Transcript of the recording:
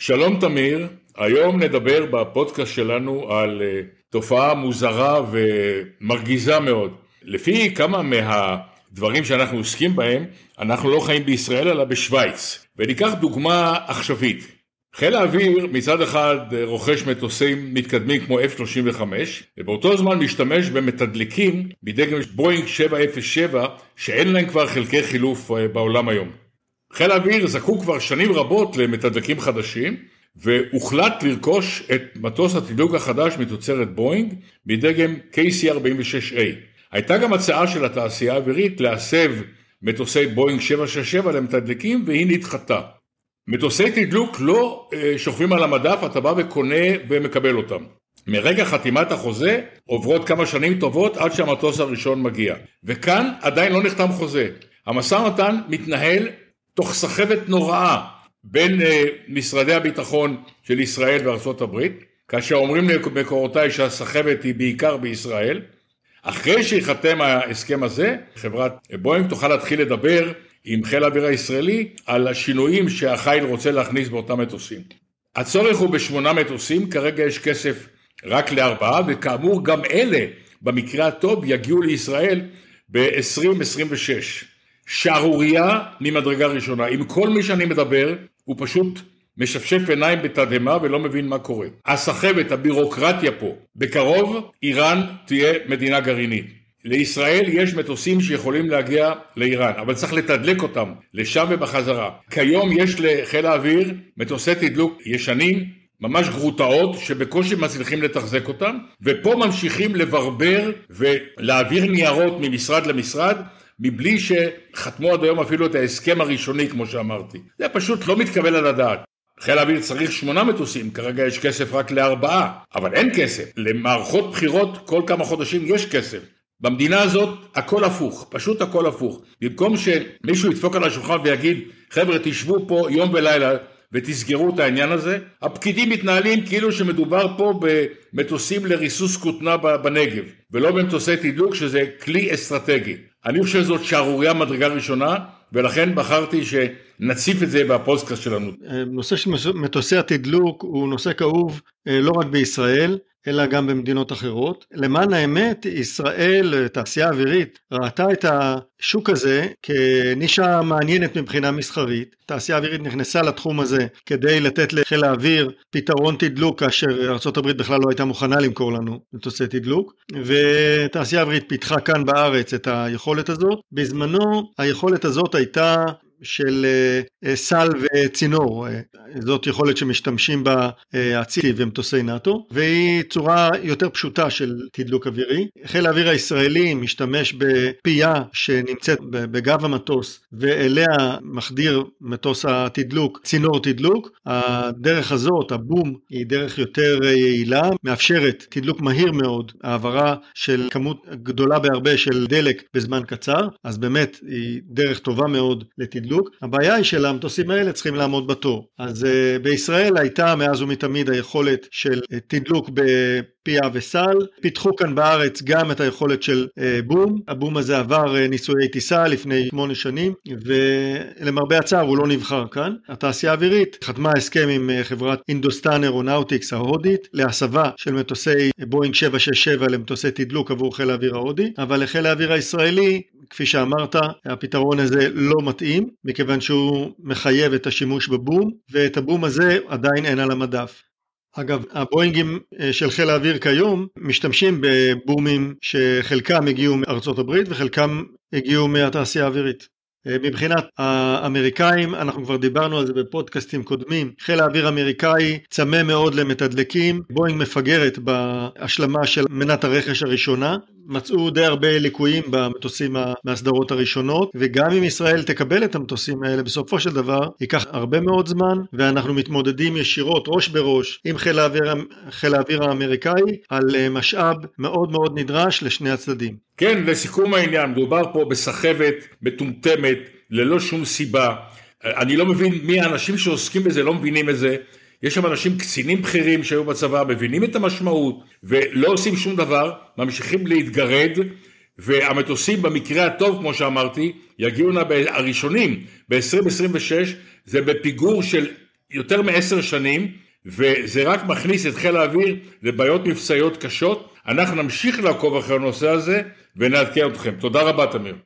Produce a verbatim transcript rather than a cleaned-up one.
שלום תמיר, היום נדבר בפודקאסט שלנו על תופעה מוזרה ומרגיזה מאוד. לפי כמה מהדברים שאנחנו עוסקים בהם, אנחנו לא חיים בישראל אלא בשוויץ. וניקח דוגמה עכשווית. חיל האוויר מצד אחד רוכש מטוסים מתקדמים כמו אף שלושים וחמש, ובאותו זמן משתמש במתדלקים בדגם בואינג שבע אפס שבע, שאין להם כבר חלקי חילוף בעולם היום. חיל האוויר זקוק כבר שנים רבות למתדלקים חדשים, והוחלט לרכוש את מטוס התדלוק החדש מתוצרת בואינג בדגם קיי סי ארבעים ושש איי. הייתה גם הצעה של התעשייה האווירית להסב מטוסי בואינג שבע שש שבע למתדלקים, והיא נדחתה. מטוסי תדלוק לא שוכבים על המדף, אתה בא וקונה ומקבל אותם. מרגע חתימת החוזה עוברות כמה שנים טובות עד שהמטוס הראשון מגיע. וכאן עדיין לא נחתם חוזה. המשא ומתן מתנהל תוך סחבת נוראה בין משרדי הביטחון של ישראל וארצות הברית, כאשר אומרים למקורותיי שהסחבת היא בעיקר בישראל. אחרי שיחתם ההסכם הזה, חברת בואינג תוכל להתחיל לדבר עם חיל האוויר הישראלי על השינויים שהחיל רוצה להכניס באותם מטוסים. הצורך הוא בשמונה מטוסים, כרגע יש כסף רק לארבעה, וכאמור גם אלה במקרה הטוב יגיעו לישראל ב-עשרים עשרים ושש. שערוריה ממדרגה ראשונה. עם כל מי שאני מדבר הוא פשוט משפשף עיניים בתדהמה ולא מבין מה קורה. הסחבת, הבירוקרטיה פה. בקרוב איראן תהיה מדינה גרעינית. לישראל יש מטוסים שיכולים להגיע לאיראן, אבל צריך לתדלק אותם לשם ובחזרה. כיום יש לחיל האוויר מטוסי תדלוק ישנים, ממש גרוטאות, שבקושי מצליחים לתחזק אותם, ופה ממשיכים לברבר ולהעביר ניירות ממשרד למשרד, מבלי שחתמו עד היום אפילו את ההסכם הראשוני, כמו שאמרתי. זה פשוט לא מתקבל על הדעת. חיל האוויר צריך שמונה מטוסים, כרגע יש כסף רק לארבעה, אבל אין כסף. למערכות בחירות כל כמה חודשים יש כסף. במדינה הזאת הכל הפוך, פשוט הכל הפוך. במקום שמישהו ידפוק על השולחן ויגיד, חבר'ה תשבו פה יום ולילה ותסגרו את העניין הזה, הפקידים מתנהלים כאילו שמדובר פה במטוסים לריסוס כותנה בנגב, ולא במטוסי תדלוק שזה כלי אסטרטגי. אני חושב שזאת שערוריה מדרגה ראשונה, ולכן בחרתי שנציף את זה בפודקאסט שלנו. נושא של מטוסי התדלוק הוא נושא כאוב לא רק בישראל, אלא גם במדינות אחרות. למען האמת, ישראל, תעשייה אווירית, ראתה את השוק הזה כנישה מעניינת מבחינה מסחרית. תעשייה אווירית נכנסה לתחום הזה כדי לתת לחיל האוויר פתרון תדלוק, כאשר ארצות הברית בכלל לא הייתה מוכנה למכור לנו מטוסי תדלוק, ותעשייה אווירית פיתחה כאן בארץ את היכולת הזאת. בזמנו היכולת הזאת הייתה של סל וצינור, זאת יכולת שמשתמשים בה הצי ומטוסי נאטו, והיא צורה יותר פשוטה של תדלוק אווירי. חיל האוויר הישראלי משתמש בפייה שנמצאת בגב המטוס, ואליה מחדיר מטוס התדלוק צינור תדלוק. הדרך הזאת, הבום, היא דרך יותר יעילה, מאפשרת תדלוק מהיר מאוד, העברה של כמות גדולה בהרבה של דלק בזמן קצר, אז באמת היא דרך טובה מאוד לתדלוק. הבעיה היא של המטוסים האלה צריכים לעמוד בתור. אז uh, בישראל הייתה מאז ומתמיד היכולת של uh, תדלוק בפיה וסל. פיתחו כאן בארץ גם את היכולת של uh, בום. הבום הזה עבר uh, ניסויי טיסה לפני שמונה שנים, ולמרבה הצער הוא לא נבחר כאן. התעשייה האווירית חתמה הסכם עם uh, חברת אינדוסטן אירונאוטיקס ההודית להסבה של מטוסי בואינג שבע שש שבע למטוסי תדלוק עבור חיל האוויר ההודי, אבל לחיל האוויר הישראלי, כפי שאמרת, הפתרון הזה לא מתאים, מכיוון שהוא מחייב את השימוש בבום, ואת הבום הזה עדיין אין על המדף. אגב, הבואינגים של חיל האוויר כיום משתמשים בבומים שחלקם הגיעו מארצות הברית וחלקם הגיעו מהתעשייה האווירית. מבחינת האמריקאים, אנחנו כבר דיברנו על זה בפודקאסטים קודמים, חיל האוויר האמריקאי צמא מאוד למתדלקים, בואינג מפגרת בהשלמה של מנת הרכש הראשונה, מצאו די הרבה ליקויים במטוסים מהסדרות הראשונות, וגם אם ישראל תקבל את המטוסים האלה בסופו של דבר, ייקח הרבה מאוד זמן, ואנחנו מתמודדים ישירות ראש בראש עם חיל האוויר, חיל האוויר האמריקאי על משאב מאוד מאוד נדרש לשני הצדדים. כן, לסיכום העניין, מדובר פה בסחבת מטומטמת, ללא שום סיבה. אני לא מבין מי האנשים שעוסקים בזה, לא מבינים את זה. יש שם אנשים קצינים בכירים שהיו בצבא, מבינים את המשמעות, ולא עושים שום דבר, ממשיכים להתגרד, והמטוסים במקרה הטוב, כמו שאמרתי, יגיעו הראשונים ב-עשרים עשרים ושש, זה בפיגור של יותר מעשר שנים, וזה רק מכניס את חיל האוויר לבעיות מבצעיות קשות. אנחנו נמשיך לעקוב אחרי הנושא הזה ונעדכן אתכם. תודה רבה, תמיר.